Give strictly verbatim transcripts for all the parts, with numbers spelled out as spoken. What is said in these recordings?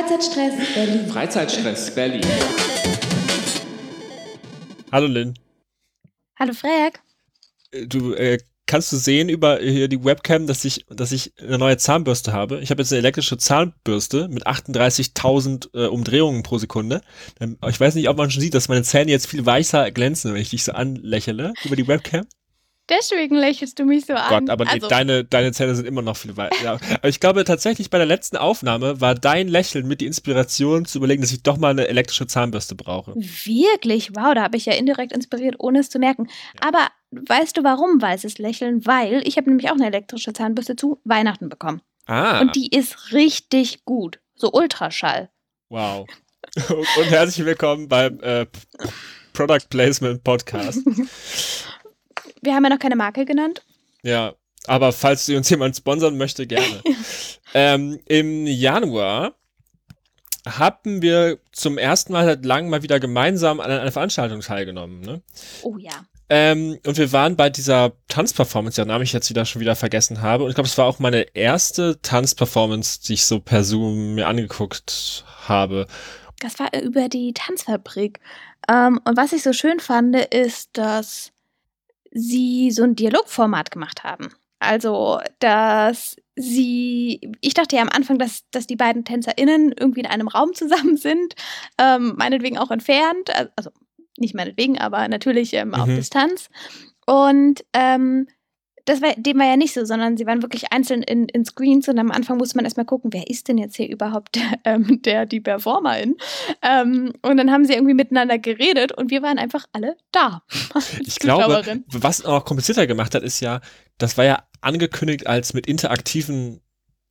Freizeitstress Berlin. Freizeitstress Berlin. Hallo Lynn. Hallo Frag. Du, äh, kannst du sehen über hier die Webcam, dass ich, dass ich eine neue Zahnbürste habe? Ich habe jetzt eine elektrische Zahnbürste mit achtunddreißigtausend äh, Umdrehungen pro Sekunde. Ähm, ich weiß nicht, ob man schon sieht, dass meine Zähne jetzt viel weicher glänzen, wenn ich dich so anlächle über die Webcam. Deswegen lächelst du mich so an. Gott, aber also. nee, deine, deine Zähne sind immer noch viel weiter. Ja. Aber ich glaube tatsächlich, bei der letzten Aufnahme war dein Lächeln mit die Inspiration zu überlegen, dass ich doch mal eine elektrische Zahnbürste brauche. Wirklich? Wow, da habe ich ja indirekt inspiriert, ohne es zu merken. Ja. Aber weißt du, warum weißes Lächeln? Weil ich habe nämlich auch eine elektrische Zahnbürste zu Weihnachten bekommen. Ah. Und die ist richtig gut. So Ultraschall. Wow. Und herzlich willkommen beim äh, Product Placement Podcast. Wir haben ja noch keine Marke genannt. Ja, aber falls uns jemand sponsern möchte, gerne. ähm, Im Januar haben wir zum ersten Mal seit langem mal wieder gemeinsam an einer Veranstaltung teilgenommen. Ne? Oh ja. Ähm, und wir waren bei dieser Tanzperformance, deren Namen ich jetzt wieder schon wieder vergessen habe. Und ich glaube, es war auch meine erste Tanzperformance, die ich so per Zoom mir angeguckt habe. Das war über die Tanzfabrik. Ähm, und was ich so schön fand, ist, dass sie so ein Dialogformat gemacht haben. Also, dass sie, ich dachte ja am Anfang, dass, dass die beiden TänzerInnen irgendwie in einem Raum zusammen sind, ähm, meinetwegen auch entfernt, also nicht meinetwegen, aber natürlich ähm, auf mhm. Distanz. Und ähm, das war, dem war ja nicht so, sondern sie waren wirklich einzeln in, in Screens und am Anfang musste man erstmal gucken, wer ist denn jetzt hier überhaupt ähm, der, die Performerin? Ähm, und dann haben sie irgendwie miteinander geredet und wir waren einfach alle da. Ich glaube, was auch komplizierter gemacht hat, ist ja, das war ja angekündigt als mit interaktiven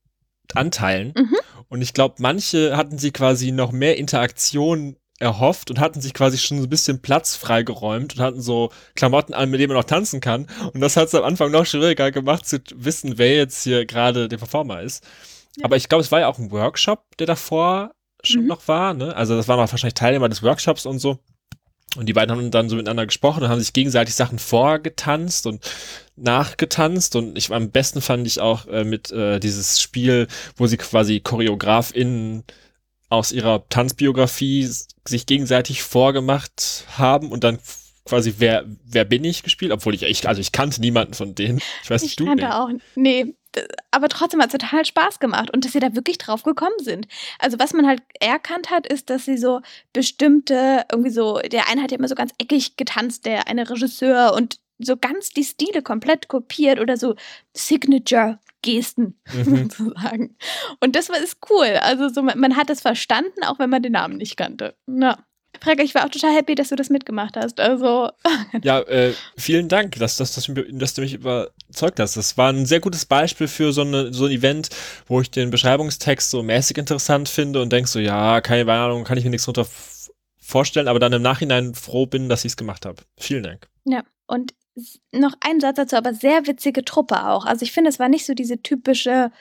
Anteilen. Mhm. Und ich glaube, manche hatten sie quasi noch mehr Interaktion erhofft und hatten sich quasi schon so ein bisschen Platz freigeräumt und hatten so Klamotten an, mit denen man auch tanzen kann. Und das hat es am Anfang noch schwieriger gemacht, zu wissen, wer jetzt hier gerade der Performer ist. Ja. Aber ich glaube, es war ja auch ein Workshop, der davor schon mhm. noch war. Ne? Also das waren auch wahrscheinlich Teilnehmer des Workshops und so. Und die beiden haben dann so miteinander gesprochen und haben sich gegenseitig Sachen vorgetanzt und nachgetanzt. Und ich am besten fand ich auch äh, mit äh, dieses Spiel, wo sie quasi ChoreografInnen aus ihrer Tanzbiografie sich gegenseitig vorgemacht haben und dann quasi wer wer bin ich gespielt, obwohl ich ich also ich kannte niemanden von denen. Ich weiß nicht, ich du kannte nee. auch nee, aber trotzdem hat es total Spaß gemacht und dass sie da wirklich drauf gekommen sind. Also was man halt erkannt hat, ist, dass sie so bestimmte irgendwie so, der eine hat ja immer so ganz eckig getanzt, der eine Regisseur, und so ganz die Stile komplett kopiert oder so Signature Gesten, mhm. sozusagen. Und das war ist cool. Also so, man, man hat es verstanden, auch wenn man den Namen nicht kannte. Ja. Frage, ich war auch total happy, dass du das mitgemacht hast. Also ja, äh, vielen Dank, dass, dass, dass, dass du mich überzeugt hast. Das war ein sehr gutes Beispiel für so, eine, so ein Event, wo ich den Beschreibungstext so mäßig interessant finde und denke so, ja, keine Ahnung, kann ich mir nichts drunter f- vorstellen, aber dann im Nachhinein froh bin, dass ich es gemacht habe. Vielen Dank. Ja, und noch ein Satz dazu, aber sehr witzige Truppe auch. Also ich finde, es war nicht so diese typische,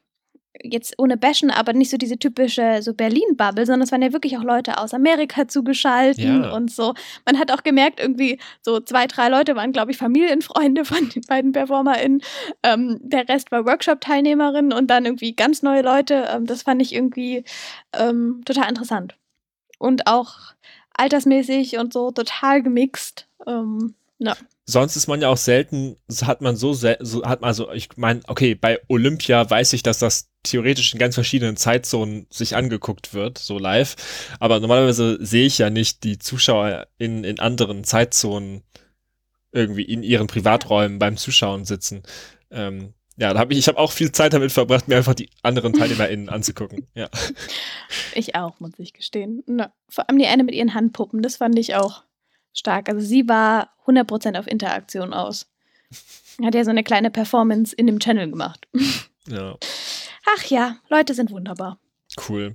jetzt ohne Bashen, aber nicht so diese typische so Berlin-Bubble, sondern es waren ja wirklich auch Leute aus Amerika zugeschalten ja. und so. Man hat auch gemerkt, irgendwie so zwei, drei Leute waren, glaube ich, Familienfreunde von den beiden PerformerInnen. Ähm, der Rest war Workshop-Teilnehmerinnen und dann irgendwie ganz neue Leute. Ähm, das fand ich irgendwie ähm, total interessant. Und auch altersmäßig und so total gemixt. Ähm, ja. Sonst ist man ja auch selten, hat man so, sel- so hat man also, ich meine, okay, bei Olympia weiß ich, dass das theoretisch in ganz verschiedenen Zeitzonen sich angeguckt wird, so live, aber normalerweise sehe ich ja nicht die Zuschauer in, in anderen Zeitzonen irgendwie in ihren Privaträumen beim Zuschauen sitzen. Ähm, ja, da habe ich, ich habe auch viel Zeit damit verbracht, mir einfach die anderen TeilnehmerInnen anzugucken, ja. Ich auch, muss ich gestehen. Na, vor allem die eine mit ihren Handpuppen, das fand ich auch stark. Also sie war hundert Prozent auf Interaktion aus. Hat ja so eine kleine Performance in dem Channel gemacht. Ja. Ach ja, Leute sind wunderbar. Cool.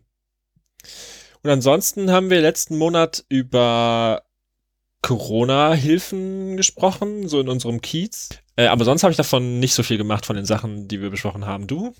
Und ansonsten haben wir letzten Monat über Corona-Hilfen gesprochen, so in unserem Kiez. Äh, aber sonst habe ich davon nicht so viel gemacht, von den Sachen, die wir besprochen haben. Du?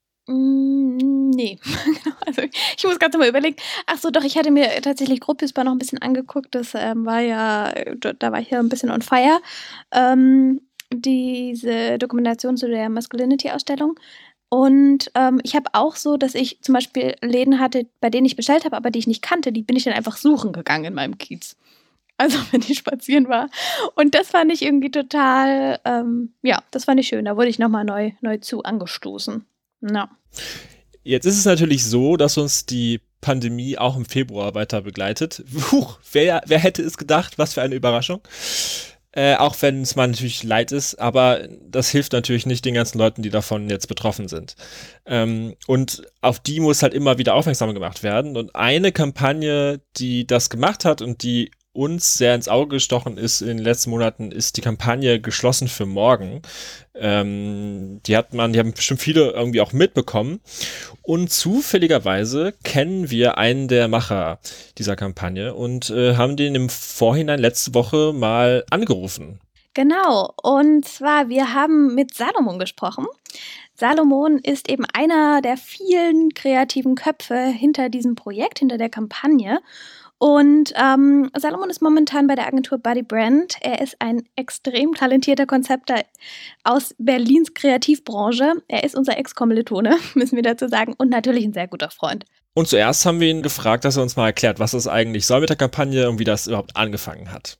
Mm, nee. Also ich muss gerade mal überlegen. Ach so, doch, ich hatte mir tatsächlich Gruppesbar noch ein bisschen angeguckt. Das ähm, war ja, da war ich ja ein bisschen on fire. Ähm, diese Dokumentation zu der Masculinity-Ausstellung. Und ähm, ich habe auch so, dass ich zum Beispiel Läden hatte, bei denen ich bestellt habe, aber die ich nicht kannte, die bin ich dann einfach suchen gegangen in meinem Kiez. Also wenn ich spazieren war. Und das fand ich irgendwie total, ähm, ja, das fand ich schön. Da wurde ich nochmal neu, neu zu angestoßen. Ja. Jetzt ist es natürlich so, dass uns die Pandemie auch im Februar weiter begleitet. Huch, wer, wer hätte es gedacht? Was für eine Überraschung. Äh, auch wenn es mal natürlich leid ist, aber das hilft natürlich nicht den ganzen Leuten, die davon jetzt betroffen sind. Ähm, und auf die muss halt immer wieder aufmerksam gemacht werden. Und eine Kampagne, die das gemacht hat und die uns sehr ins Auge gestochen ist in den letzten Monaten, ist die Kampagne Geschlossen für morgen. Ähm, die hat man, die haben bestimmt viele irgendwie auch mitbekommen. Und zufälligerweise kennen wir einen der Macher dieser Kampagne und äh, haben den im Vorhinein letzte Woche mal angerufen. Genau, und zwar, wir haben mit Salomon gesprochen. Salomon ist eben einer der vielen kreativen Köpfe hinter diesem Projekt, hinter der Kampagne. Und ähm, Salomon ist momentan bei der Agentur Buddy Brand. Er ist ein extrem talentierter Konzepter aus Berlins Kreativbranche. Er ist unser Ex-Kommilitone, müssen wir dazu sagen, und natürlich ein sehr guter Freund. Und zuerst haben wir ihn gefragt, dass er uns mal erklärt, was das eigentlich soll mit der Kampagne und wie das überhaupt angefangen hat.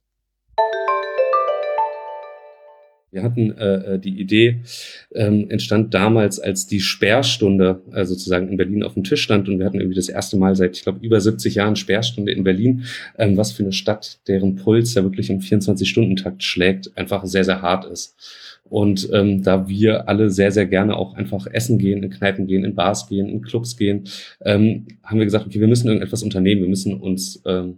Wir hatten äh, die Idee, ähm, entstand damals, als die Sperrstunde äh, sozusagen in Berlin auf dem Tisch stand, und wir hatten irgendwie das erste Mal seit, ich glaube, über siebzig Jahren Sperrstunde in Berlin, ähm, was für eine Stadt, deren Puls ja wirklich im vierundzwanzig-Stunden-Takt schlägt, einfach sehr, sehr hart ist. Und ähm, da wir alle sehr, sehr gerne auch einfach essen gehen, in Kneipen gehen, in Bars gehen, in Clubs gehen, ähm, haben wir gesagt, okay, wir müssen irgendetwas unternehmen, wir müssen uns ähm,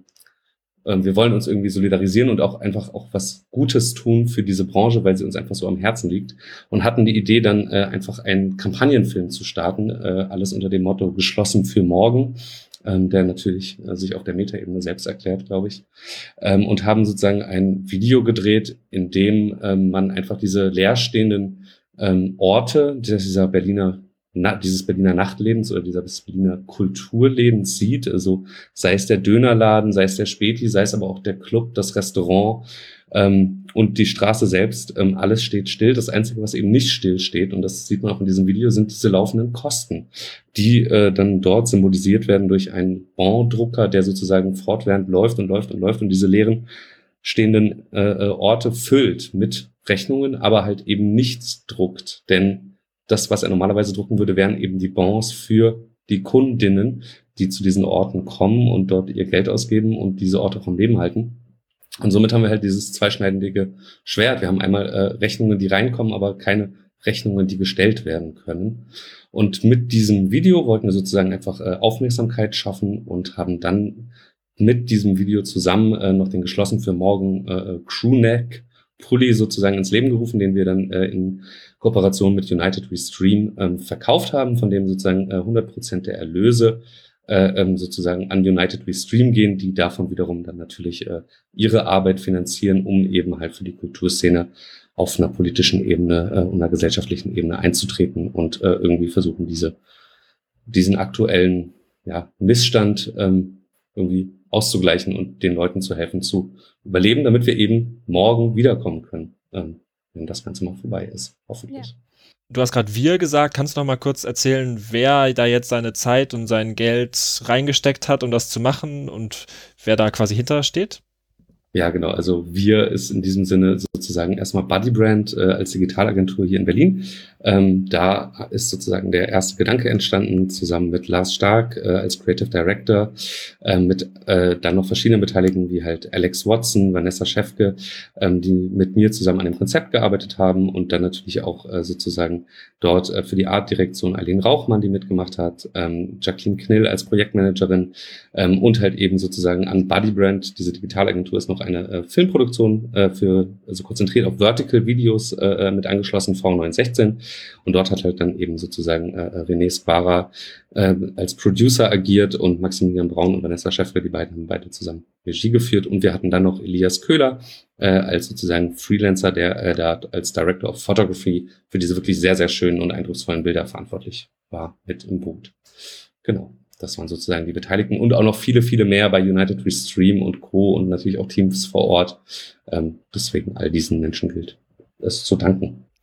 wir wollen uns irgendwie solidarisieren und auch einfach auch was Gutes tun für diese Branche, weil sie uns einfach so am Herzen liegt, und hatten die Idee dann äh, einfach einen Kampagnenfilm zu starten, äh, alles unter dem Motto Geschlossen für morgen, ähm, der natürlich äh, sich auf der Metaebene selbst erklärt, glaube ich, ähm, und haben sozusagen ein Video gedreht, in dem ähm, man einfach diese leerstehenden ähm, Orte dieser Berliner Na, dieses Berliner Nachtlebens oder dieser Berliner Kulturlebens sieht, also sei es der Dönerladen, sei es der Späti, sei es aber auch der Club, das Restaurant ähm, und die Straße selbst, ähm, alles steht still. Das Einzige, was eben nicht still steht, und das sieht man auch in diesem Video, sind diese laufenden Kosten, die äh, dann dort symbolisiert werden durch einen Bondrucker, der sozusagen fortwährend läuft und läuft und läuft und diese leeren stehenden äh, Orte füllt mit Rechnungen, aber halt eben nichts druckt, denn das, was er normalerweise drucken würde, wären eben die Bons für die Kundinnen, die zu diesen Orten kommen und dort ihr Geld ausgeben und diese Orte auch am Leben halten. Und somit haben wir halt dieses zweischneidige Schwert. Wir haben einmal äh, Rechnungen, die reinkommen, aber keine Rechnungen, die gestellt werden können. Und mit diesem Video wollten wir sozusagen einfach äh, Aufmerksamkeit schaffen und haben dann mit diesem Video zusammen äh, noch den Geschlossen für morgen äh, Crewneck Pulli sozusagen ins Leben gerufen, den wir dann äh, in Kooperation mit United We Stream ähm, verkauft haben, von dem sozusagen äh, hundert Prozent der Erlöse äh, ähm, sozusagen an United We Stream gehen, die davon wiederum dann natürlich äh, ihre Arbeit finanzieren, um eben halt für die Kulturszene auf einer politischen Ebene äh, und einer gesellschaftlichen Ebene einzutreten und äh, irgendwie versuchen, diese diesen aktuellen ja, Missstand ähm, irgendwie auszugleichen und den Leuten zu helfen zu überleben, damit wir eben morgen wiederkommen können, ähm, wenn das Ganze mal vorbei ist, hoffentlich. Ja. Du hast gerade wir gesagt, kannst du noch mal kurz erzählen, wer da jetzt seine Zeit und sein Geld reingesteckt hat, um das zu machen, und wer da quasi hinter steht? Ja, genau. Also wir ist in diesem Sinne sozusagen erstmal Buddy Brand äh, als Digitalagentur hier in Berlin. Ähm, da ist sozusagen der erste Gedanke entstanden, zusammen mit Lars Stark äh, als Creative Director, äh, mit äh, dann noch verschiedenen Beteiligten wie halt Alex Watson, Vanessa Schäfke, ähm, die mit mir zusammen an dem Konzept gearbeitet haben, und dann natürlich auch äh, sozusagen dort äh, für die Artdirektion Eileen Rauchmann, die mitgemacht hat, ähm, Jacqueline Knill als Projektmanagerin ähm, und halt eben sozusagen an Buddy Brand, diese Digitalagentur ist noch eine äh, Filmproduktion äh, für, also konzentriert auf Vertical Videos äh, mit angeschlossen, V neun sechzehn. Und dort hat halt dann eben sozusagen äh, René Squara äh, als Producer agiert und Maximilian Braun und Vanessa Schäfke, die beiden haben beide zusammen Regie geführt. Und wir hatten dann noch Elias Köhler äh, als sozusagen Freelancer, der äh, da als Director of Photography für diese wirklich sehr, sehr schönen und eindrucksvollen Bilder verantwortlich war, mit im Boot. Genau. Das waren sozusagen die Beteiligten und auch noch viele, viele mehr bei United We Stream und Co. und natürlich auch Teams vor Ort. Ähm, deswegen all diesen Menschen gilt es zu danken.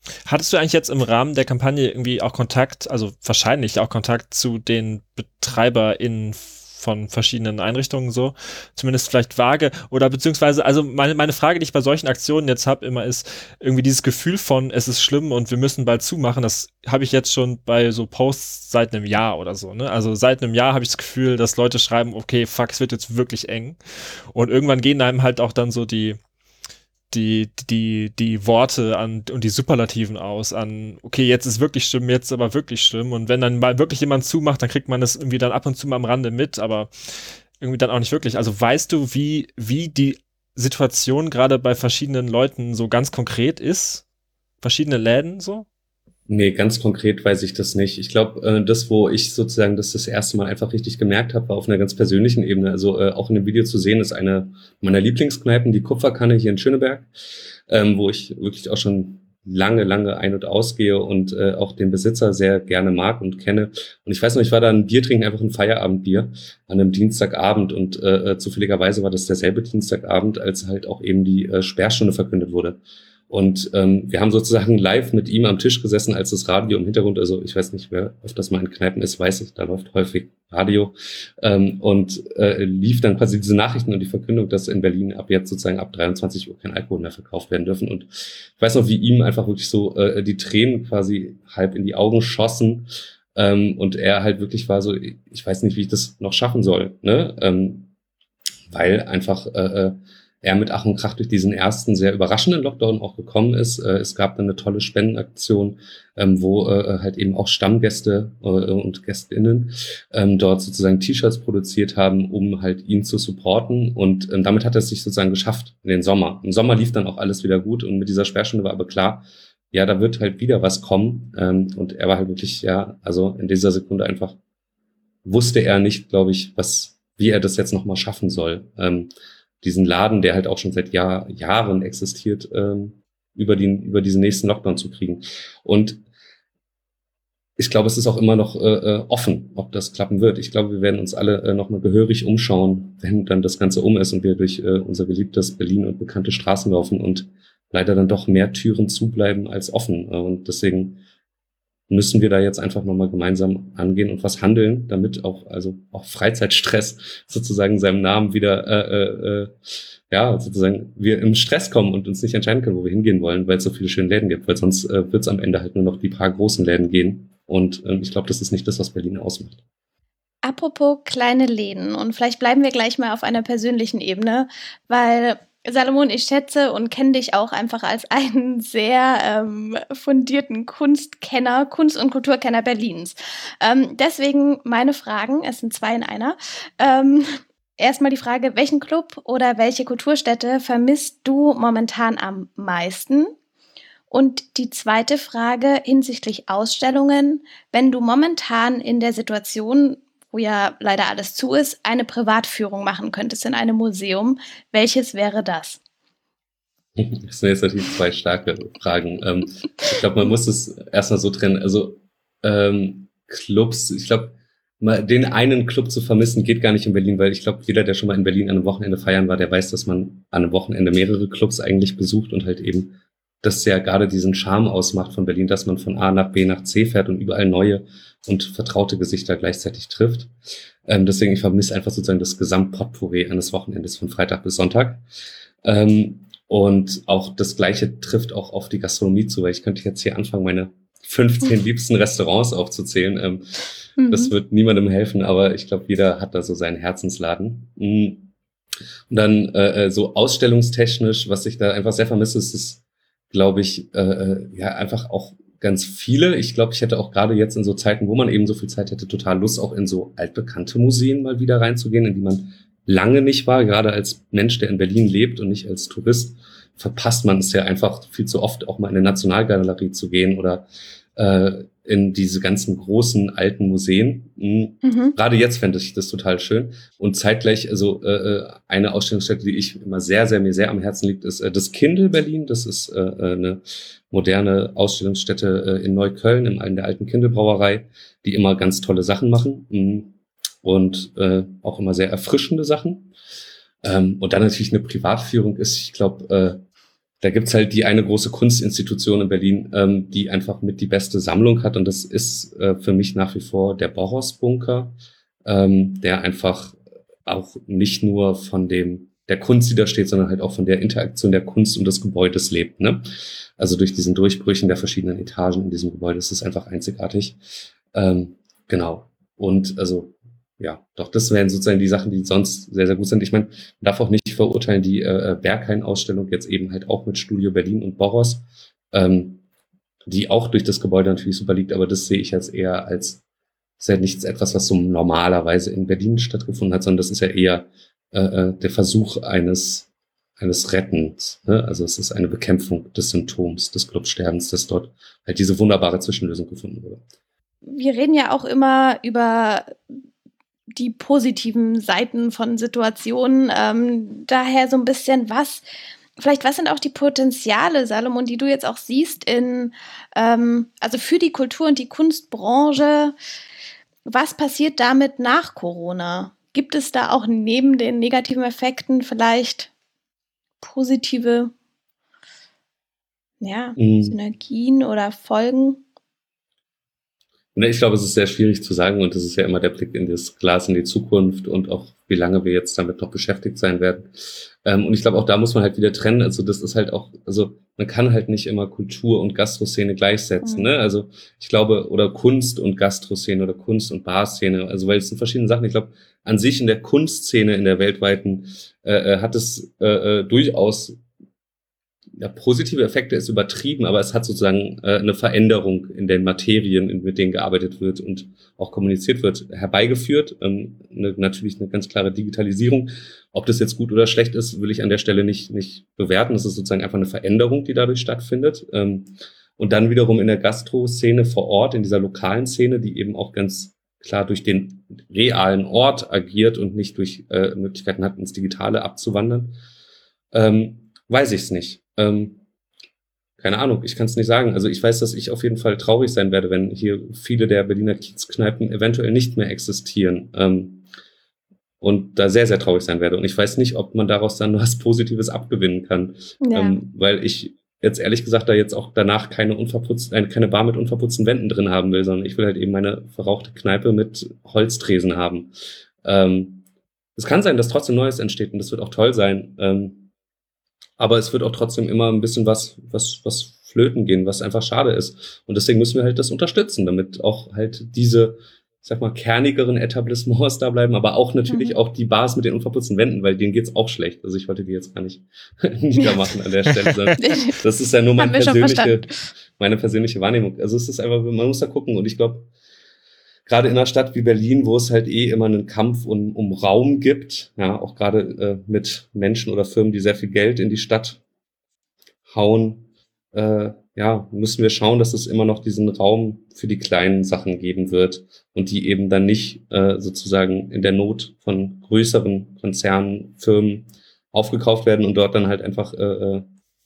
Hattest du eigentlich jetzt im Rahmen der Kampagne irgendwie auch Kontakt, also wahrscheinlich auch Kontakt zu den BetreiberInnen von verschiedenen Einrichtungen so, zumindest vielleicht vage, oder beziehungsweise, also meine, meine Frage, die ich bei solchen Aktionen jetzt habe, immer ist irgendwie dieses Gefühl von, es ist schlimm und wir müssen bald zumachen, das habe ich jetzt schon bei so Posts seit einem Jahr oder so, ne? Also seit einem Jahr habe ich das Gefühl, dass Leute schreiben, okay, fuck, es wird jetzt wirklich eng, und irgendwann gehen einem halt auch dann so die die, die, die Worte an und die Superlativen aus an, okay, jetzt ist wirklich schlimm, jetzt ist aber wirklich schlimm, und wenn dann mal wirklich jemand zumacht, dann kriegt man das irgendwie dann ab und zu mal am Rande mit, aber irgendwie dann auch nicht wirklich. Also weißt du, wie, wie die Situation gerade bei verschiedenen Leuten so ganz konkret ist? Verschiedene Läden so? Nee, ganz konkret weiß ich das nicht. Ich glaube, äh, das, wo ich sozusagen das das erste Mal einfach richtig gemerkt habe, war auf einer ganz persönlichen Ebene. Also äh, auch in dem Video zu sehen, ist eine meiner Lieblingskneipen, die Kupferkanne hier in Schöneberg, ähm, wo ich wirklich auch schon lange, lange ein- und ausgehe und äh, auch den Besitzer sehr gerne mag und kenne. Und ich weiß noch, ich war da ein Bier trinken, einfach ein Feierabendbier an einem Dienstagabend, und äh, zufälligerweise war das derselbe Dienstagabend, als halt auch eben die äh, Sperrstunde verkündet wurde. Und ähm, wir haben sozusagen live mit ihm am Tisch gesessen, als das Radio im Hintergrund, also ich weiß nicht, wer öfters mal in Kneipen ist, weiß ich, da läuft häufig Radio, ähm, und äh, lief dann quasi diese Nachrichten und die Verkündung, dass in Berlin ab jetzt sozusagen ab dreiundzwanzig Uhr kein Alkohol mehr verkauft werden dürfen. Und ich weiß noch, wie ihm einfach wirklich so äh, die Tränen quasi halb in die Augen schossen, ähm, und er halt wirklich war so, ich weiß nicht, wie ich das noch schaffen soll, ne? Ähm, weil einfach äh, er mit Ach und Krach durch diesen ersten sehr überraschenden Lockdown auch gekommen ist. Äh, es gab dann eine tolle Spendenaktion, ähm, wo äh, halt eben auch Stammgäste äh, und GästInnen ähm, dort sozusagen T-Shirts produziert haben, um halt ihn zu supporten. Und ähm, damit hat er es sich sozusagen geschafft in den Sommer. Im Sommer lief dann auch alles wieder gut, und mit dieser Sperrstunde war aber klar, ja, da wird halt wieder was kommen. Ähm, und er war halt wirklich, ja, also in dieser Sekunde einfach wusste er nicht, glaube ich, was, wie er das jetzt nochmal schaffen soll. Ähm, diesen Laden, der halt auch schon seit Jahr, Jahren existiert, ähm, über, die, über diesen nächsten Lockdown zu kriegen. Und ich glaube, es ist auch immer noch äh, offen, ob das klappen wird. Ich glaube, wir werden uns alle äh, nochmal gehörig umschauen, wenn dann das Ganze um ist und wir durch äh, unser geliebtes Berlin und bekannte Straßen laufen und leider dann doch mehr Türen zubleiben als offen. Und deswegen müssen wir da jetzt einfach nochmal gemeinsam angehen und was handeln, damit auch, also auch Freizeitstress sozusagen seinem Namen wieder, äh, äh, ja, sozusagen wir im Stress kommen und uns nicht entscheiden können, wo wir hingehen wollen, weil es so viele schöne Läden gibt, weil sonst äh, wird es am Ende halt nur noch die paar großen Läden gehen, und äh, ich glaube, das ist nicht das, was Berlin ausmacht. Apropos kleine Läden, und vielleicht bleiben wir gleich mal auf einer persönlichen Ebene, weil Salomon, ich schätze und kenne dich auch einfach als einen sehr ähm, fundierten Kunstkenner, Kunst- und Kulturkenner Berlins. Ähm, deswegen meine Fragen, es sind zwei in einer. Ähm, erstmal die Frage, welchen Club oder welche Kulturstätte vermisst du momentan am meisten? Und die zweite Frage hinsichtlich Ausstellungen, wenn du momentan in der Situation, wo ja leider alles zu ist, eine Privatführung machen könntest in einem Museum, welches wäre das? Das sind jetzt natürlich zwei starke Fragen. Ähm, ich glaube, man muss es erstmal so trennen. Also ähm, Clubs, ich glaube, den einen Club zu vermissen, geht gar nicht in Berlin, weil ich glaube, jeder, der schon mal in Berlin an einem Wochenende feiern war, der weiß, dass man an einem Wochenende mehrere Clubs eigentlich besucht und halt eben das ja gerade diesen Charme ausmacht von Berlin, dass man von A nach B nach C fährt und überall neue und vertraute Gesichter gleichzeitig trifft. Ähm, deswegen, ich vermisse einfach sozusagen das Gesamtpotpourri eines Wochenendes von Freitag bis Sonntag. Ähm, und auch das Gleiche trifft auch auf die Gastronomie zu, weil ich könnte jetzt hier anfangen, meine fünfzehn liebsten Restaurants aufzuzählen. Ähm, mhm. Das wird niemandem helfen, aber ich glaube, jeder hat da so seinen Herzensladen. Und dann äh, so ausstellungstechnisch, was ich da einfach sehr vermisse, ist es, glaube ich, äh, ja, einfach auch ganz viele. Ich glaube, ich hätte auch gerade jetzt in so Zeiten, wo man eben so viel Zeit hätte, total Lust, auch in so altbekannte Museen mal wieder reinzugehen, in die man lange nicht war. Gerade als Mensch, der in Berlin lebt und nicht als Tourist, verpasst man es ja einfach viel zu oft, auch mal in eine Nationalgalerie zu gehen oder äh, in diese ganzen großen alten Museen. Mhm. Gerade jetzt fände ich das total schön. Und zeitgleich, also äh, eine Ausstellungsstätte, die ich immer sehr, sehr, mir sehr am Herzen liegt, ist äh, das Kindl Berlin. Das ist äh, eine moderne Ausstellungsstätte äh, in Neukölln, in, in der alten Kindl-Brauerei, die immer ganz tolle Sachen machen. Mhm. Und äh, auch immer sehr erfrischende Sachen. Ähm, und dann natürlich eine Privatführung ist, ich glaube, äh, da gibt's halt die eine große Kunstinstitution in Berlin, ähm, die einfach mit die beste Sammlung hat. Und das ist äh, für mich nach wie vor der Boros-Bunker, ähm, der einfach auch nicht nur von dem der Kunst, die da steht, sondern halt auch von der Interaktion der Kunst und des Gebäudes lebt. Ne? Also durch diesen Durchbrüchen der verschiedenen Etagen in diesem Gebäude ist es einfach einzigartig. Ähm, genau. Und also ja, doch, das wären sozusagen die Sachen, die sonst sehr, sehr gut sind. Ich meine, man darf auch nicht verurteilen, die äh, Berghain-Ausstellung jetzt eben halt auch mit Studio Berlin und Boros, ähm, die auch durch das Gebäude natürlich super liegt, aber das sehe ich jetzt eher als, ist ja nichts etwas, was so normalerweise in Berlin stattgefunden hat, sondern das ist ja eher äh, der Versuch eines eines Rettens. Ne? Also es ist eine Bekämpfung des Symptoms, des Clubsterbens, dass dort halt diese wunderbare Zwischenlösung gefunden wurde. Wir reden ja auch immer über die positiven Seiten von Situationen. Ähm, daher so ein bisschen, was, vielleicht was sind auch die Potenziale, Salomon, die du jetzt auch siehst in, ähm, also für die Kultur- und die Kunstbranche. Was passiert damit nach Corona? Gibt es da auch neben den negativen Effekten vielleicht positive, ja, mhm. Synergien oder Folgen? Ich glaube, es ist sehr schwierig zu sagen und das ist ja immer der Blick in das Glas in die Zukunft und auch wie lange wir jetzt damit noch beschäftigt sein werden. Und ich glaube, auch da muss man halt wieder trennen. Also das ist halt auch, also man kann halt nicht immer Kultur- und Gastroszene gleichsetzen. Mhm. Ne? Also ich glaube, oder Kunst- und Gastroszene oder Kunst- und Barszene. Also weil es sind verschiedene Sachen. Ich glaube, an sich in der Kunstszene, in der weltweiten, äh, hat es äh, durchaus ja, positive Effekte ist übertrieben, aber es hat sozusagen äh, eine Veränderung in den Materien, mit denen gearbeitet wird und auch kommuniziert wird, herbeigeführt. Ähm, eine, natürlich eine ganz klare Digitalisierung. Ob das jetzt gut oder schlecht ist, will ich an der Stelle nicht nicht bewerten. Das ist sozusagen einfach eine Veränderung, die dadurch stattfindet. Ähm, und dann wiederum in der Gastro-Szene vor Ort, in dieser lokalen Szene, die eben auch ganz klar durch den realen Ort agiert und nicht durch äh, Möglichkeiten hat, ins Digitale abzuwandern. Ähm, weiß ich es nicht. Ähm, keine Ahnung, ich kann es nicht sagen. Also ich weiß, dass ich auf jeden Fall traurig sein werde, wenn hier viele der Berliner Kiezkneipen eventuell nicht mehr existieren. Ähm, und da sehr, sehr traurig sein werde. Und ich weiß nicht, ob man daraus dann was Positives abgewinnen kann. Ja. Ähm, weil ich jetzt ehrlich gesagt da jetzt auch danach keine unverputzten, keine Bar mit unverputzten Wänden drin haben will, sondern ich will halt eben meine verrauchte Kneipe mit Holztresen haben. Ähm, es kann sein, dass trotzdem Neues entsteht und das wird auch toll sein. Ähm, Aber es wird auch trotzdem immer ein bisschen was, was, was flöten gehen, was einfach schade ist. Und deswegen müssen wir halt das unterstützen, damit auch halt diese, ich sag mal, kernigeren Etablissements da bleiben, aber auch natürlich mhm. auch die Bars mit den unverputzten Wänden, weil denen geht's auch schlecht. Also ich wollte die jetzt gar nicht niedermachen an der Stelle. Das ist ja nur mein persönliche, meine persönliche Wahrnehmung. Also es ist einfach, man muss da gucken und ich glaube, gerade in einer Stadt wie Berlin, wo es halt eh immer einen Kampf um, um Raum gibt, ja, auch gerade äh, mit Menschen oder Firmen, die sehr viel Geld in die Stadt hauen, äh, ja, müssen wir schauen, dass es immer noch diesen Raum für die kleinen Sachen geben wird und die eben dann nicht äh, sozusagen in der Not von größeren Konzernen, Firmen aufgekauft werden und dort dann halt einfach äh,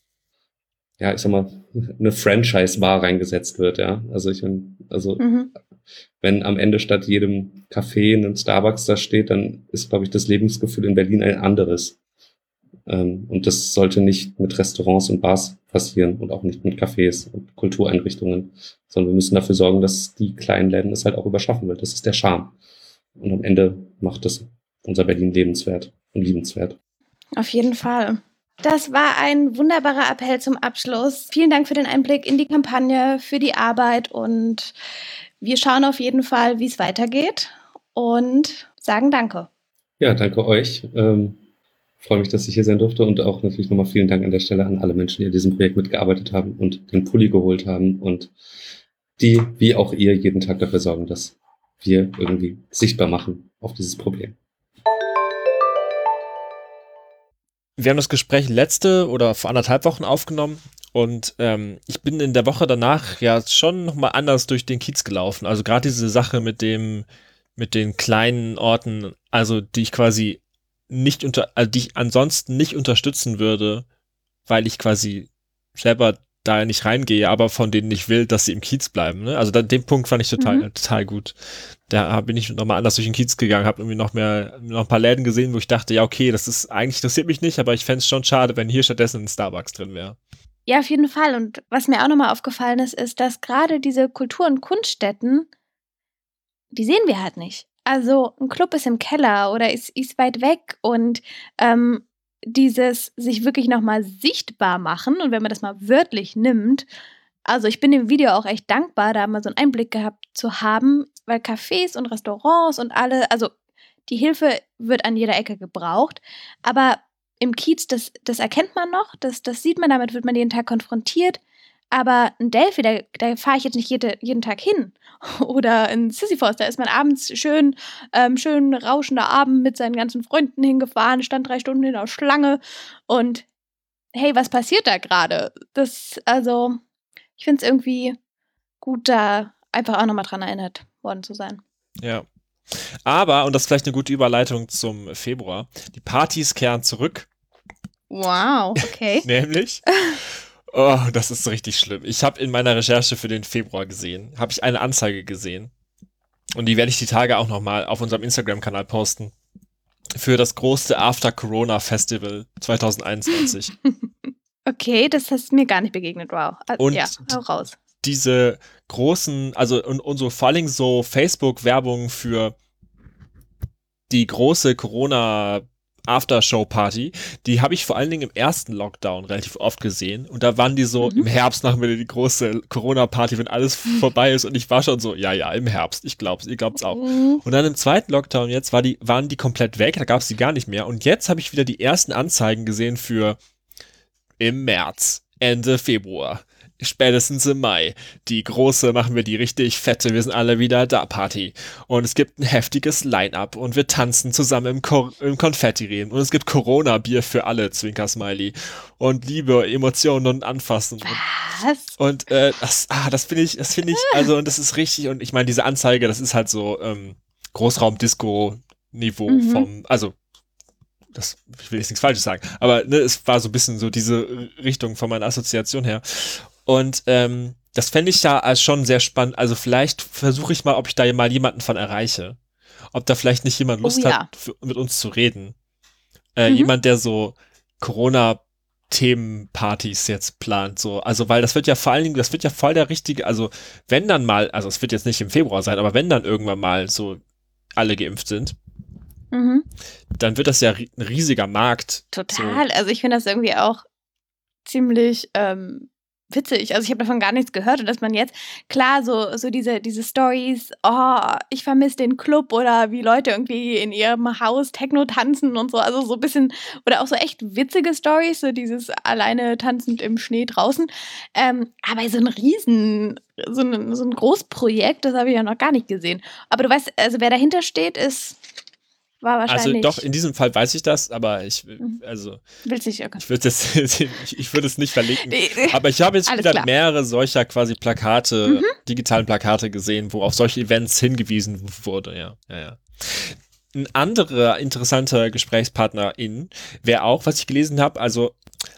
ja, ich sag mal, eine Franchise-Bar reingesetzt wird, ja. Also ich also mhm. wenn am Ende statt jedem Café ein Starbucks da steht, dann ist, glaube ich, das Lebensgefühl in Berlin ein anderes. Ähm, und das sollte nicht mit Restaurants und Bars passieren und auch nicht mit Cafés und Kultureinrichtungen, sondern wir müssen dafür sorgen, dass die kleinen Läden es halt auch überschaffen wird. Das ist der Charme. Und am Ende macht das unser Berlin lebenswert und liebenswert. Auf jeden Fall. Das war ein wunderbarer Appell zum Abschluss. Vielen Dank für den Einblick in die Kampagne, für die Arbeit und wir schauen auf jeden Fall, wie es weitergeht und sagen Danke. Ja, danke euch. Ähm, freue mich, dass ich hier sein durfte und auch natürlich nochmal vielen Dank an der Stelle an alle Menschen, die an diesem Projekt mitgearbeitet haben und den Pulli geholt haben und die, wie auch ihr, jeden Tag dafür sorgen, dass wir irgendwie sichtbar machen auf dieses Problem. Wir haben das Gespräch letzte oder vor anderthalb Wochen aufgenommen und ähm, ich bin in der Woche danach ja schon nochmal anders durch den Kiez gelaufen. Also gerade diese Sache mit dem, mit den kleinen Orten, also die ich quasi nicht unter, also die ich ansonsten nicht unterstützen würde, weil ich quasi selber da nicht reingehe, aber von denen ich will, dass sie im Kiez bleiben. Ne? Also dann, den Punkt fand ich total, mhm. total gut. Da bin ich nochmal anders durch den Kiez gegangen, habe irgendwie noch mehr, noch ein paar Läden gesehen, wo ich dachte, ja okay, das ist eigentlich interessiert mich nicht, aber ich fände es schon schade, wenn hier stattdessen ein Starbucks drin wäre. Ja, auf jeden Fall. Und was mir auch nochmal aufgefallen ist, ist, dass gerade diese Kultur- und Kunststätten, die sehen wir halt nicht. Also ein Club ist im Keller oder ist, ist weit weg und ähm, dieses sich wirklich nochmal sichtbar machen und wenn man das mal wörtlich nimmt, also ich bin dem Video auch echt dankbar, da mal so einen Einblick gehabt zu haben, weil Cafés und Restaurants und alle, also die Hilfe wird an jeder Ecke gebraucht, aber im Kiez, das, das erkennt man noch, das, das sieht man, damit wird man jeden Tag konfrontiert. Aber in Delphi, da, da fahre ich jetzt nicht jede, jeden Tag hin. Oder in Sisyphos, da ist man abends schön, ähm, schön rauschender Abend mit seinen ganzen Freunden hingefahren, stand drei Stunden in der Schlange. Und hey, was passiert da gerade? Das, also, ich finde es irgendwie gut, da einfach auch nochmal dran erinnert worden zu sein. Ja. Aber, und das ist vielleicht eine gute Überleitung zum Februar, die Partys kehren zurück. Wow, okay. Nämlich, oh, das ist so richtig schlimm. Ich habe in meiner Recherche für den Februar gesehen, habe ich eine Anzeige gesehen. Und die werde ich die Tage auch nochmal auf unserem Instagram-Kanal posten. Für das große After-Corona-Festival zwanzig einundzwanzig. Okay, das ist mir gar nicht begegnet, wow. Also, und ja, hau raus. Diese großen, also und, und so vor allem so Facebook-Werbung für die große Corona Aftershow-Party, die habe ich vor allen Dingen im ersten Lockdown relativ oft gesehen und da waren die so, mhm. im Herbst machen wir die große Corona-Party, wenn alles vorbei ist und ich war schon so, ja, ja, im Herbst, ich glaub's, ihr glaubt's auch. Mhm. Und dann im zweiten Lockdown jetzt war die, waren die komplett weg, da gab's die gar nicht mehr und jetzt habe ich wieder die ersten Anzeigen gesehen für im März, Ende Februar. Spätestens im Mai. Die große machen wir die richtig fette, wir sind alle wieder da Party. Und es gibt ein heftiges Line-Up und wir tanzen zusammen im, Ko- im Konfetti-Regen. Und es gibt Corona-Bier für alle, Zwinker-Smiley. Und Liebe, Emotionen und Anfassen. Was? Und äh, das, ah, das finde ich, das finde ich, also und das ist richtig. Und ich meine, diese Anzeige, das ist halt so ähm, Großraum-Disco-Niveau mhm. vom, also das, ich will jetzt nichts Falsches sagen, aber ne, es war so ein bisschen so diese Richtung von meiner Assoziation her. Und ähm, das fände ich ja als schon sehr spannend. Also vielleicht versuche ich mal, ob ich da mal jemanden von erreiche. Ob da vielleicht nicht jemand Lust oh, ja. hat, für, mit uns zu reden. Äh, mhm. Jemand, der so Corona-Themenpartys jetzt plant. So. Also weil das wird ja vor allen Dingen, das wird ja voll der richtige, also wenn dann mal, also es wird jetzt nicht im Februar sein, aber wenn dann irgendwann mal so alle geimpft sind, mhm. dann wird das ja ein riesiger Markt. Total. So. Also ich finde das irgendwie auch ziemlich ähm, witzig. Also ich habe davon gar nichts gehört und dass man jetzt, klar, so, so diese, diese Stories, oh, ich vermisse den Club oder wie Leute irgendwie in ihrem Haus Techno tanzen und so, also so ein bisschen, oder auch so echt witzige Stories, so dieses alleine tanzend im Schnee draußen. Ähm, aber so ein Riesen, so ein, so ein Großprojekt, das habe ich ja noch gar nicht gesehen. Aber du weißt, also wer dahinter steht, ist war wahrscheinlich. Also doch, in diesem Fall weiß ich das, aber ich, also. Willst nicht, okay. Ich würde es ich, ich würde es nicht verlinken. Aber ich habe jetzt Alles wieder klar. mehrere solcher quasi Plakate, mhm. digitalen Plakate gesehen, wo auf solche Events hingewiesen wurde, ja, ja, ja. Ein anderer interessanter GesprächspartnerIn wäre auch, was ich gelesen habe, also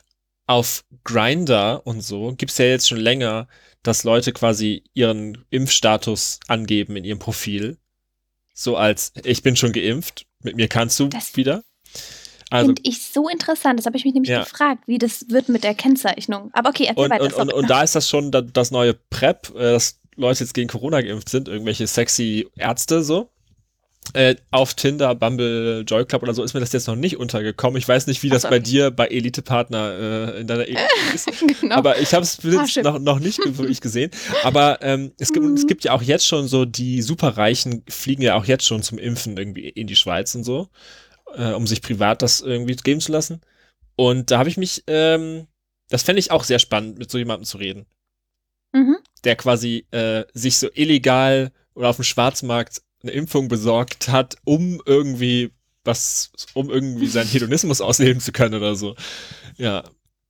auf Grindr und so gibt es ja jetzt schon länger, dass Leute quasi ihren Impfstatus angeben in ihrem Profil. So als, ich bin schon geimpft, mit mir kannst du das wieder. Also, finde ich so interessant, das habe ich mich nämlich ja. gefragt, wie das wird mit der Kennzeichnung. Aber okay, erzähl und, weiter. Und, und, und da ist das schon das neue PrEP, dass Leute jetzt gegen Corona geimpft sind, irgendwelche sexy Ärzte so. Äh, auf Tinder, Bumble, Joy Club oder so ist mir das jetzt noch nicht untergekommen. Ich weiß nicht, wie das so. bei dir bei Elite-Partner äh, in deiner Ehe ist. Genau. Aber ich habe es noch, noch nicht wirklich gesehen. Aber ähm, es, gibt, mhm. es gibt ja auch jetzt schon so, die Superreichen fliegen ja auch jetzt schon zum Impfen irgendwie in die Schweiz und so, äh, um sich privat das irgendwie geben zu lassen. Und da habe ich mich, ähm, das fände ich auch sehr spannend, mit so jemandem zu reden. Mhm. Der quasi äh, sich so illegal oder auf dem Schwarzmarkt eine Impfung besorgt hat, um irgendwie was, um irgendwie seinen Hedonismus ausleben zu können oder so. Ja.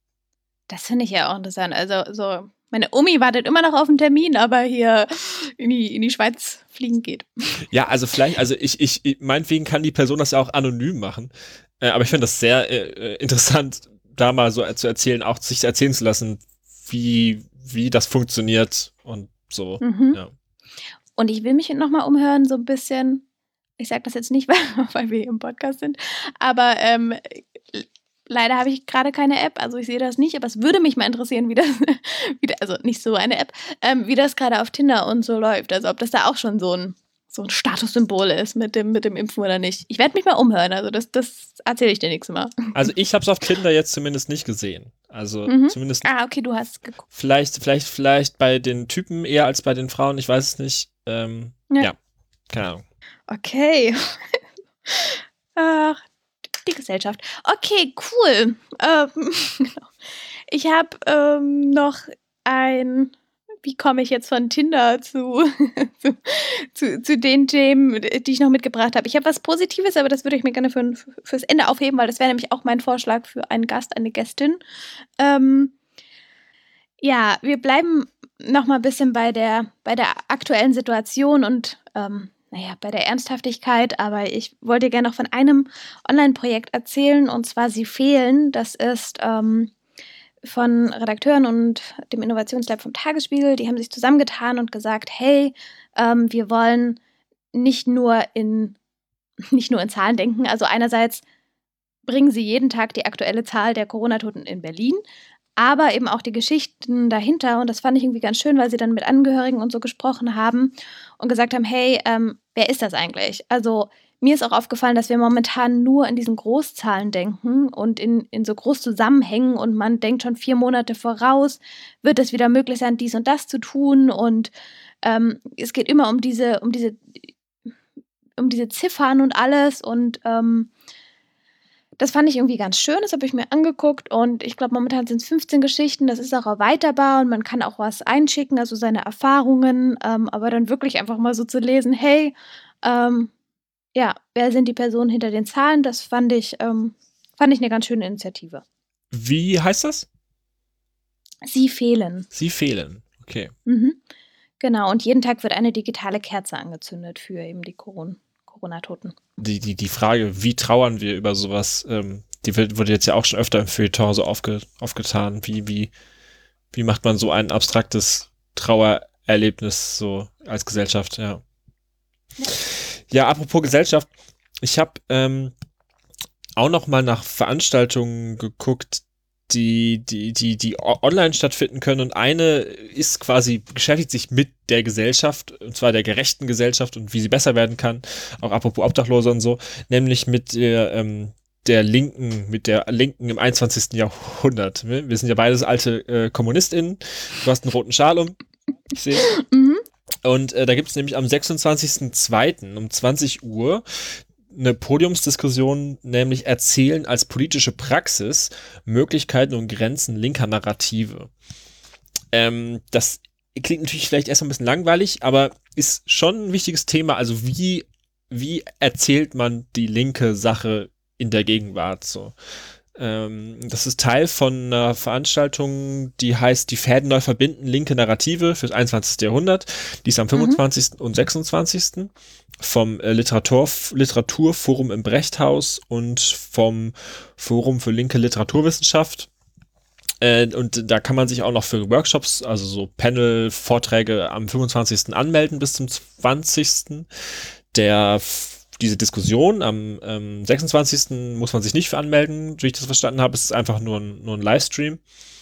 Das finde ich ja auch interessant. Also so, meine Omi wartet immer noch auf einen Termin, aber hier in die, in die Schweiz fliegen geht. Ja, also vielleicht, also ich, ich, meinetwegen kann die Person das ja auch anonym machen, äh, aber ich finde das sehr äh, interessant, da mal so zu erzählen, auch sich erzählen zu lassen, wie, wie das funktioniert und so. Mhm. Ja. Und ich will mich nochmal umhören, so ein bisschen. Ich sage das jetzt nicht, weil, weil wir hier im Podcast sind, aber ähm, leider habe ich gerade keine App, also ich sehe das nicht, aber es würde mich mal interessieren, wie das, wie das also nicht so eine App, ähm, wie das gerade auf Tinder und so läuft. Also ob das da auch schon so ein, so ein Statussymbol ist mit dem, mit dem Impfen oder nicht. Ich werde mich mal umhören, also das, das erzähle ich dir nächstes Mal. Also ich habe es auf Tinder jetzt zumindest nicht gesehen. Also Mhm. zumindest. Ah, okay, du hast geguckt. Vielleicht, vielleicht, vielleicht bei den Typen eher als bei den Frauen, ich weiß es nicht. Ähm, ja. ja, keine Ahnung. Okay. Ach, die Gesellschaft. Okay, cool. Ähm, ich habe ähm, noch ein, wie komme ich jetzt von Tinder zu, zu, zu, zu den Themen, die ich noch mitgebracht habe. Ich habe was Positives, aber das würde ich mir gerne für, fürs Ende aufheben, weil das wäre nämlich auch mein Vorschlag für einen Gast, eine Gästin. Ähm, ja, wir bleiben noch mal ein bisschen bei der, bei der aktuellen Situation und ähm, naja, bei der Ernsthaftigkeit, aber ich wollte gerne noch von einem Online-Projekt erzählen, und zwar Sie fehlen. Das ist ähm, von Redakteuren und dem Innovationslab vom Tagesspiegel. Die haben sich zusammengetan und gesagt, hey, ähm, wir wollen nicht nur in, nicht nur in Zahlen denken. Also einerseits bringen sie jeden Tag die aktuelle Zahl der Corona-Toten in Berlin, aber eben auch die Geschichten dahinter. Und das fand ich irgendwie ganz schön, weil sie dann mit Angehörigen und so gesprochen haben und gesagt haben, hey, ähm, wer ist das eigentlich? Also mir ist auch aufgefallen, dass wir momentan nur in diesen Großzahlen denken und in, in so Großzusammenhängen, und man denkt schon vier Monate voraus, wird es wieder möglich sein, dies und das zu tun, und ähm, es geht immer um diese, um diese, um diese Ziffern und alles, und ähm, das fand ich irgendwie ganz schön, das habe ich mir angeguckt, und ich glaube, momentan sind es fünfzehn Geschichten, das ist auch erweiterbar und man kann auch was einschicken, also seine Erfahrungen, ähm, aber dann wirklich einfach mal so zu lesen, hey, ähm, ja, wer sind die Personen hinter den Zahlen, das fand ich, ähm, fand ich eine ganz schöne Initiative. Wie heißt das? Sie fehlen. Sie fehlen, okay. Mhm. Genau, und jeden Tag wird eine digitale Kerze angezündet für eben die Corona- Corona-Toten. Die, die, die Frage, wie trauern wir über sowas, ähm, die wird, wurde jetzt ja auch schon öfter im Feuilleton so aufge, aufgetan. Wie, wie, wie macht man so ein abstraktes Trauererlebnis so als Gesellschaft, ja. Ja, ja, apropos Gesellschaft, ich habe ähm, auch noch mal nach Veranstaltungen geguckt, die, die, die, die online stattfinden können, und eine ist quasi, beschäftigt sich mit der Gesellschaft, und zwar der gerechten Gesellschaft und wie sie besser werden kann, auch apropos Obdachlose und so, nämlich mit der, ähm, der Linken, mit der Linken im einundzwanzigsten Jahrhundert. Wir sind ja beides alte äh, KommunistInnen, du hast einen roten Schal um, ich sehe. Mhm. Und äh, da gibt es nämlich am sechsundzwanzigsten zweiten um zwanzig Uhr eine Podiumsdiskussion, nämlich Erzählen als politische Praxis, Möglichkeiten und Grenzen linker Narrative. Ähm, das klingt natürlich vielleicht erst ein bisschen langweilig, aber ist schon ein wichtiges Thema. Also wie, wie erzählt man die linke Sache in der Gegenwart so? Ähm, das ist Teil von einer Veranstaltung, die heißt Die Fäden neu verbinden, linke Narrative fürs einundzwanzigste Jahrhundert. Die ist am fünfundzwanzigsten Mhm. und sechsundzwanzigsten vom äh, Literatur, Literaturforum im Brechthaus und vom Forum für linke Literaturwissenschaft. Äh, und da kann man sich auch noch für Workshops, also so Panel-Vorträge am fünfundzwanzigsten anmelden bis zum zwanzigsten Der Diese Diskussion am ähm, sechsundzwanzigsten muss man sich nicht für anmelden, wie ich das verstanden habe. Es ist einfach nur ein, nur ein Livestream.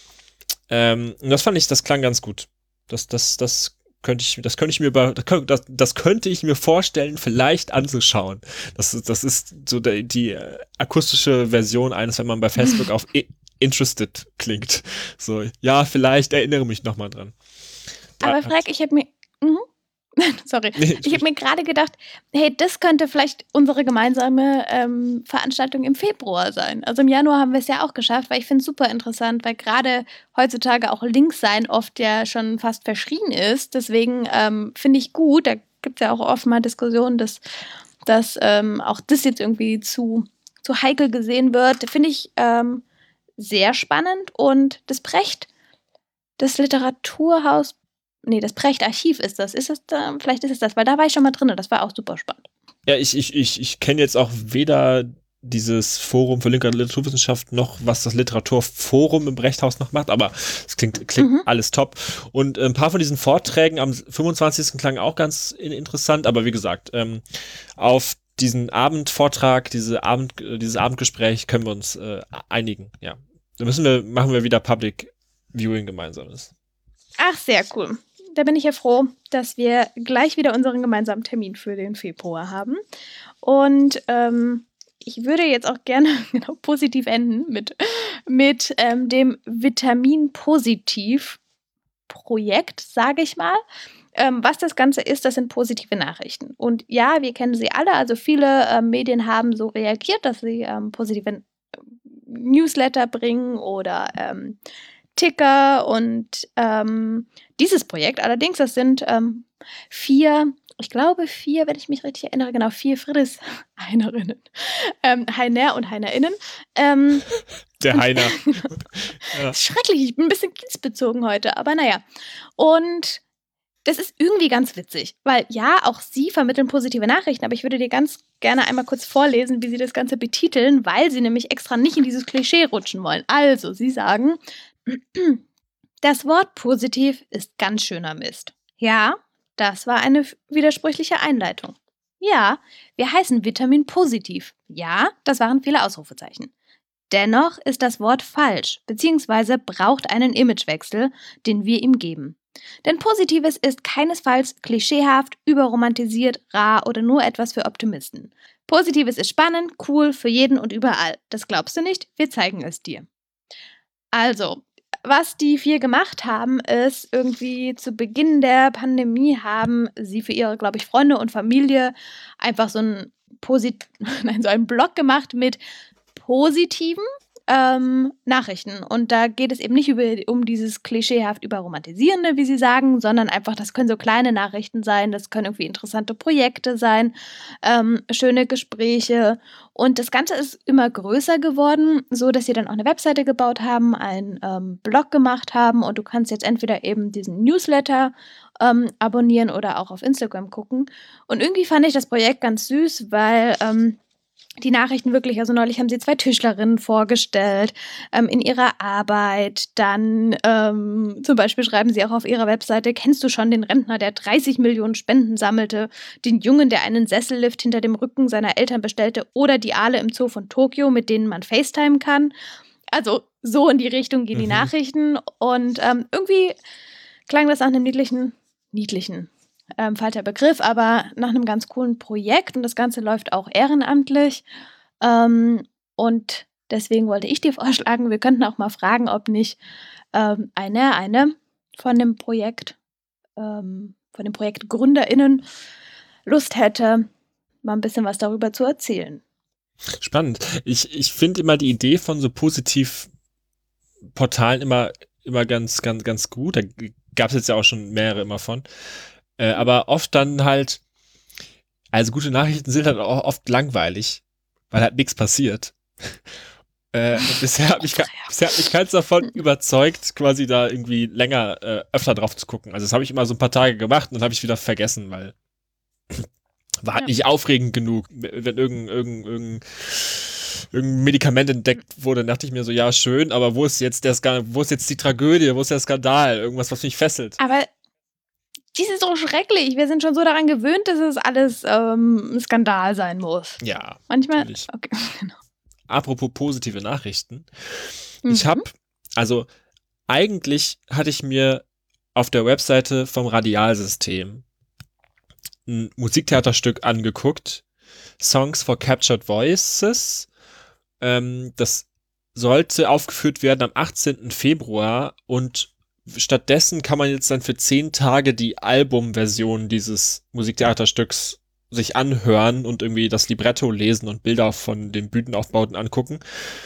Ähm, und das fand ich, das klang ganz gut. Das, das, das könnte ich, das könnte ich mir über, das, das könnte ich mir vorstellen, vielleicht anzuschauen. Das, das ist so die, die akustische Version eines, wenn man bei Facebook auf Interested klingt. So, ja, vielleicht erinnere mich nochmal dran. Aber Frag, ich habe mir, mhm. Sorry. Ich habe mir gerade gedacht, hey, das könnte vielleicht unsere gemeinsame ähm, Veranstaltung im Februar sein. Also im Januar haben wir es ja auch geschafft, weil ich finde es super interessant, weil gerade heutzutage auch Linkssein oft ja schon fast verschrien ist. Deswegen ähm, finde ich gut, da gibt es ja auch oft mal Diskussionen, dass, dass ähm, auch das jetzt irgendwie zu, zu heikel gesehen wird. Finde ich ähm, sehr spannend. Und das Brecht, das Literaturhaus, Nee, das Brecht-Archiv ist das. Ist das da? Vielleicht ist es das, weil da war ich schon mal drin. Das war auch super spannend. Ja, ich, ich, ich, ich kenne jetzt auch weder dieses Forum für linke Literaturwissenschaft noch, was das Literaturforum im Brechthaus noch macht, aber es klingt, klingt mhm. alles top. Und äh, ein paar von diesen Vorträgen am fünfundzwanzigsten klangen auch ganz interessant, aber wie gesagt, ähm, auf diesen Abendvortrag, diese Abend, dieses Abendgespräch können wir uns äh, einigen, ja. Da müssen wir, machen wir wieder Public Viewing gemeinsames. Ach, sehr cool. Da bin ich ja froh, dass wir gleich wieder unseren gemeinsamen Termin für den Februar haben. Und ähm, ich würde jetzt auch gerne genau positiv enden mit, mit ähm, dem Vitamin-Positiv-Projekt, sage ich mal. Ähm, was das Ganze ist, das sind positive Nachrichten. Und ja, wir kennen sie alle. Also viele ähm, Medien haben so reagiert, dass sie ähm, positive Newsletter bringen oder ähm, Ticker. Und ähm, dieses Projekt allerdings, das sind ähm, vier... Ich glaube, vier, wenn ich mich richtig erinnere, genau, vier Friedrichs-Heinerinnen. Ähm, Heiner und Heinerinnen. Ähm, Der Heiner. Ja. Schrecklich, ich bin ein bisschen kiezbezogen heute, aber naja. Und das ist irgendwie ganz witzig, weil ja, auch sie vermitteln positive Nachrichten, aber ich würde dir ganz gerne einmal kurz vorlesen, wie sie das Ganze betiteln, weil sie nämlich extra nicht in dieses Klischee rutschen wollen. Also, sie sagen, das Wort positiv ist ganz schöner Mist. Ja, das war eine widersprüchliche Einleitung. Ja, wir heißen Vitamin Positiv. Ja, das waren viele Ausrufezeichen. Dennoch ist das Wort falsch, beziehungsweise braucht einen Imagewechsel, den wir ihm geben. Denn Positives ist keinesfalls klischeehaft, überromantisiert, rar oder nur etwas für Optimisten. Positives ist spannend, cool, für jeden und überall. Das glaubst du nicht? Wir zeigen es dir. Also, was die vier gemacht haben, ist irgendwie zu Beginn der Pandemie haben sie für ihre, glaube ich, Freunde und Familie einfach so einen, Posit- Nein, so einen Blog gemacht mit positiven ähm, Nachrichten. Und da geht es eben nicht über, um dieses klischeehaft überromantisierende, wie sie sagen, sondern einfach, das können so kleine Nachrichten sein, das können irgendwie interessante Projekte sein, ähm, schöne Gespräche. Und das Ganze ist immer größer geworden, so dass sie dann auch eine Webseite gebaut haben, einen ähm, Blog gemacht haben und du kannst jetzt entweder eben diesen Newsletter ähm, abonnieren oder auch auf Instagram gucken. Und irgendwie fand ich das Projekt ganz süß, weil ähm, die Nachrichten wirklich, also neulich haben sie zwei Tischlerinnen vorgestellt ähm, in ihrer Arbeit. Dann ähm, zum Beispiel schreiben sie auch auf ihrer Webseite, kennst du schon den Rentner, der dreißig Millionen Spenden sammelte, den Jungen, der einen Sessellift hinter dem Rücken seiner Eltern bestellte oder die Aale im Zoo von Tokio, mit denen man FaceTime kann. Also so in die Richtung gehen mhm. die Nachrichten und ähm, irgendwie klang das nach einem niedlichen, niedlichen, Ähm, falscher Begriff, aber nach einem ganz coolen Projekt und das Ganze läuft auch ehrenamtlich ähm, und deswegen wollte ich dir vorschlagen, wir könnten auch mal fragen, ob nicht ähm, eine, eine von dem Projekt, ähm, von dem Projekt GründerInnen Lust hätte, mal ein bisschen was darüber zu erzählen. Spannend. Ich, ich finde immer die Idee von so Positivportalen immer, immer ganz, ganz, ganz gut. Da gab es jetzt ja auch schon mehrere immer von. Äh, aber oft dann halt, also gute Nachrichten sind halt auch oft langweilig, weil halt nichts passiert. äh, bisher hat mich, bisher hat mich keins davon überzeugt, quasi da irgendwie länger, äh, öfter drauf zu gucken. Also das habe ich immer so ein paar Tage gemacht und dann habe ich wieder vergessen, weil war halt ja. nicht aufregend genug. Wenn irgendein, irgendein, irgendein, irgendein Medikament entdeckt wurde, dachte ich mir so, ja schön, aber wo ist jetzt der Skandal, wo ist jetzt die Tragödie, wo ist der Skandal? Irgendwas, was mich fesselt. Aber die ist so schrecklich. Wir sind schon so daran gewöhnt, dass es alles ähm, ein Skandal sein muss. Ja. Manchmal. Natürlich. Okay, genau. Apropos positive Nachrichten. Mhm. Ich habe, also eigentlich hatte ich mir auf der Webseite vom Radialsystem ein Musiktheaterstück angeguckt. Songs for Captured Voices. Ähm, das sollte aufgeführt werden am achtzehnten Februar und stattdessen kann man jetzt dann für zehn Tage die Albumversion dieses Musiktheaterstücks sich anhören und irgendwie das Libretto lesen und Bilder von den Bühnenaufbauten angucken.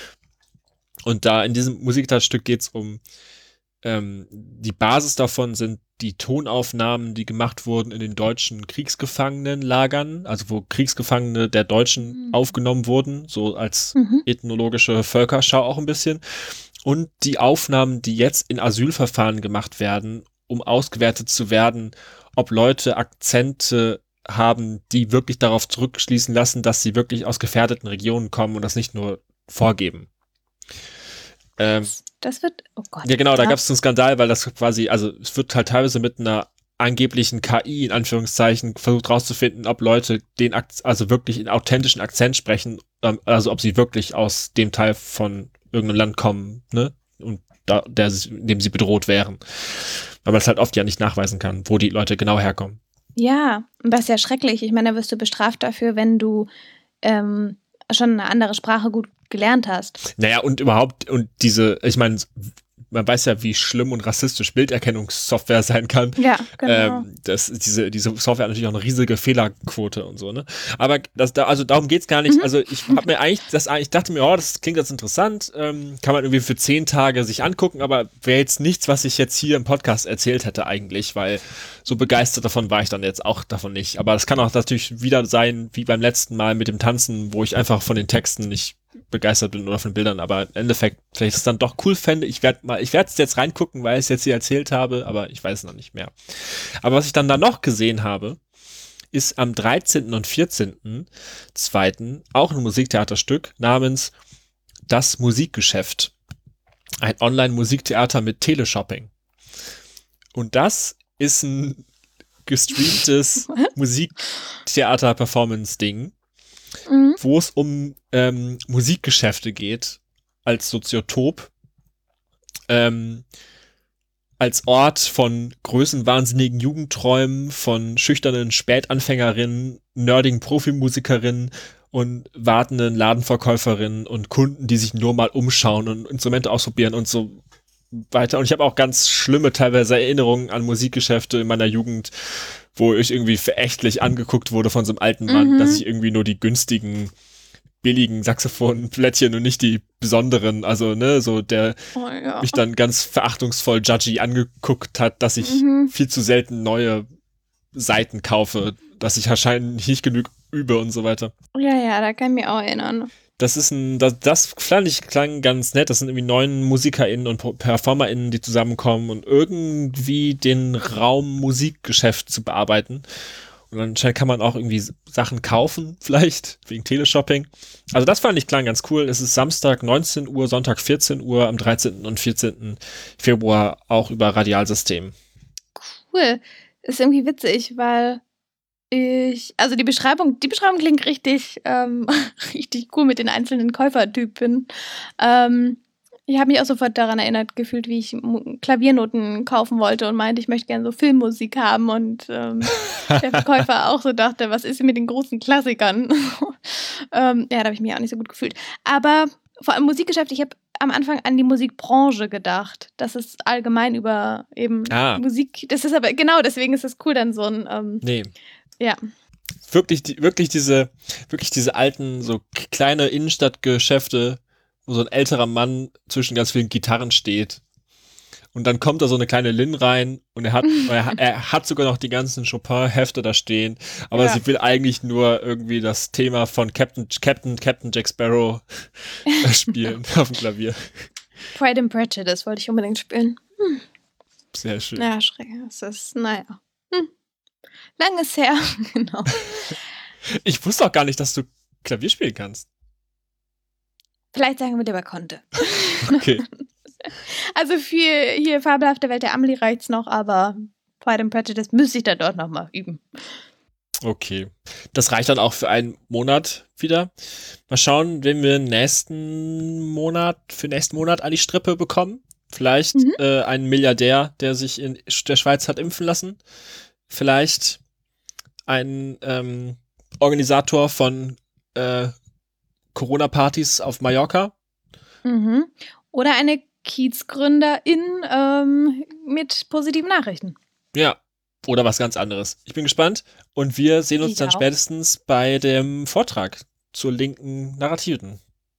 Und da in diesem Musiktheaterstück geht es um ähm, die Basis davon sind die Tonaufnahmen, die gemacht wurden in den deutschen Kriegsgefangenenlagern, also wo Kriegsgefangene der Deutschen mhm. aufgenommen wurden, so als mhm. ethnologische Völkerschau auch ein bisschen. Und die Aufnahmen, die jetzt in Asylverfahren gemacht werden, um ausgewertet zu werden, ob Leute Akzente haben, die wirklich darauf zurückschließen lassen, dass sie wirklich aus gefährdeten Regionen kommen und das nicht nur vorgeben. Ähm, das wird, oh Gott. Ja, genau, da ja. gab es einen Skandal, weil das quasi, also es wird halt teilweise mit einer angeblichen K I, in Anführungszeichen, versucht rauszufinden, ob Leute den, Ak- also wirklich in authentischen Akzent sprechen, ähm, also ob sie wirklich aus dem Teil von irgendeinem Land kommen, ne, und da, der, in dem sie bedroht wären. Weil man es halt oft ja nicht nachweisen kann, wo die Leute genau herkommen. Ja, und das ist ja schrecklich. Ich meine, da wirst du bestraft dafür, wenn du ähm, schon eine andere Sprache gut gelernt hast. Naja, und überhaupt, und diese, ich meine, man weiß ja, wie schlimm und rassistisch Bilderkennungssoftware sein kann. Ja, genau. Ähm, das, diese, diese Software hat natürlich auch eine riesige Fehlerquote und so, ne? Aber das, da, also darum geht's gar nicht. Mhm. Also ich habe mir eigentlich, das, ich dachte mir, oh, das klingt jetzt interessant, ähm, kann man irgendwie für zehn Tage sich angucken, aber wäre jetzt nichts, was ich jetzt hier im Podcast erzählt hätte eigentlich, weil so begeistert davon war ich dann jetzt auch davon nicht. Aber das kann auch natürlich wieder sein, wie beim letzten Mal mit dem Tanzen, wo ich einfach von den Texten nicht begeistert bin oder von Bildern, aber im Endeffekt vielleicht es dann doch cool fände. Ich werde mal, ich werde es jetzt reingucken, weil ich es jetzt hier erzählt habe, aber ich weiß noch nicht mehr. Aber was ich dann da noch gesehen habe, ist am dreizehnten und vierzehnten zweiten auch ein Musiktheaterstück namens Das Musikgeschäft. Ein Online-Musiktheater mit Teleshopping. Und das ist ein gestreamtes Musiktheater-Performance-Ding, Mhm. wo es um ähm, Musikgeschäfte geht, als Soziotop, ähm, als Ort von größenwahnsinnigen Jugendträumen, von schüchternen Spätanfängerinnen, nerdigen Profimusikerinnen und wartenden Ladenverkäuferinnen und Kunden, die sich nur mal umschauen und Instrumente ausprobieren und so weiter. Und ich habe auch ganz schlimme teilweise Erinnerungen an Musikgeschäfte in meiner Jugend, wo ich irgendwie verächtlich angeguckt wurde von so einem alten Mann, Mhm. dass ich irgendwie nur die günstigen, billigen Saxophonplättchen und nicht die besonderen, also ne, so der Oh, ja. mich dann ganz verachtungsvoll judgy angeguckt hat, dass ich Mhm. viel zu selten neue Seiten kaufe, dass ich wahrscheinlich nicht genug übe und so weiter. Ja, ja, da kann ich mich auch erinnern. Das ist ein, das, das fand ich klang ganz nett. Das sind irgendwie neun MusikerInnen und PerformerInnen, die zusammenkommen und irgendwie den Raum Musikgeschäft zu bearbeiten. Und anscheinend kann man auch irgendwie Sachen kaufen, vielleicht, wegen Teleshopping. Also das fand ich klang ganz cool. Es ist Samstag neunzehn Uhr, Sonntag vierzehn Uhr, am dreizehnten und vierzehnten Februar auch über Radialsystem. Cool. Ist irgendwie witzig, weil ich, also die Beschreibung, die Beschreibung klingt richtig, ähm, richtig cool mit den einzelnen Käufertypen. Ähm, ich habe mich auch sofort daran erinnert gefühlt, wie ich Mu- Klaviernoten kaufen wollte und meinte, ich möchte gerne so Filmmusik haben und ähm, der Verkäufer auch so dachte, was ist mit den großen Klassikern? ähm, ja, da habe ich mich auch nicht so gut gefühlt. Aber vor allem Musikgeschäft, ich habe am Anfang an die Musikbranche gedacht. Das ist allgemein über eben Ah. Musik. Das ist aber, genau, deswegen ist es cool, dann so ein, ähm, Nee. ja. Wirklich, die, wirklich diese, wirklich diese alten, so kleine Innenstadtgeschäfte, wo so ein älterer Mann zwischen ganz vielen Gitarren steht. Und dann kommt da so eine kleine Lynn rein und er hat, er, er hat sogar noch die ganzen Chopin-Hefte da stehen, aber Ja. sie will eigentlich nur irgendwie das Thema von Captain, Captain, Captain Jack Sparrow spielen auf dem Klavier. Pride and Prejudice wollte ich unbedingt spielen. Hm. Sehr schön. Ja, schreck. Es ist, naja. Hm. Lang ist her. Genau. Ich wusste auch gar nicht, dass du Klavier spielen kannst. Vielleicht sagen wir lieber konnte. Okay. Also für hier Fabelhafte Welt der Amelie reicht's noch, aber Pride and Prejudice müsste ich dann dort nochmal üben. Okay. Das reicht dann auch für einen Monat wieder. Mal schauen, wenn wir nächsten Monat, für nächsten Monat an die Strippe bekommen. Vielleicht Mhm. äh, einen Milliardär, der sich in der Schweiz hat impfen lassen. Vielleicht ein ähm, Organisator von äh, Corona-Partys auf Mallorca. Mhm. Oder eine Kiezgründerin ähm, mit positiven Nachrichten. Ja. Oder was ganz anderes. Ich bin gespannt. Und wir sehen uns Ich dann auch. spätestens bei dem Vortrag zur linken Narrativen.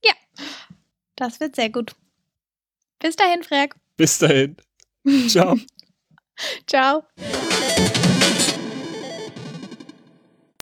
Das wird sehr gut. Bis dahin, Frag. Bis dahin. Ciao. Ciao.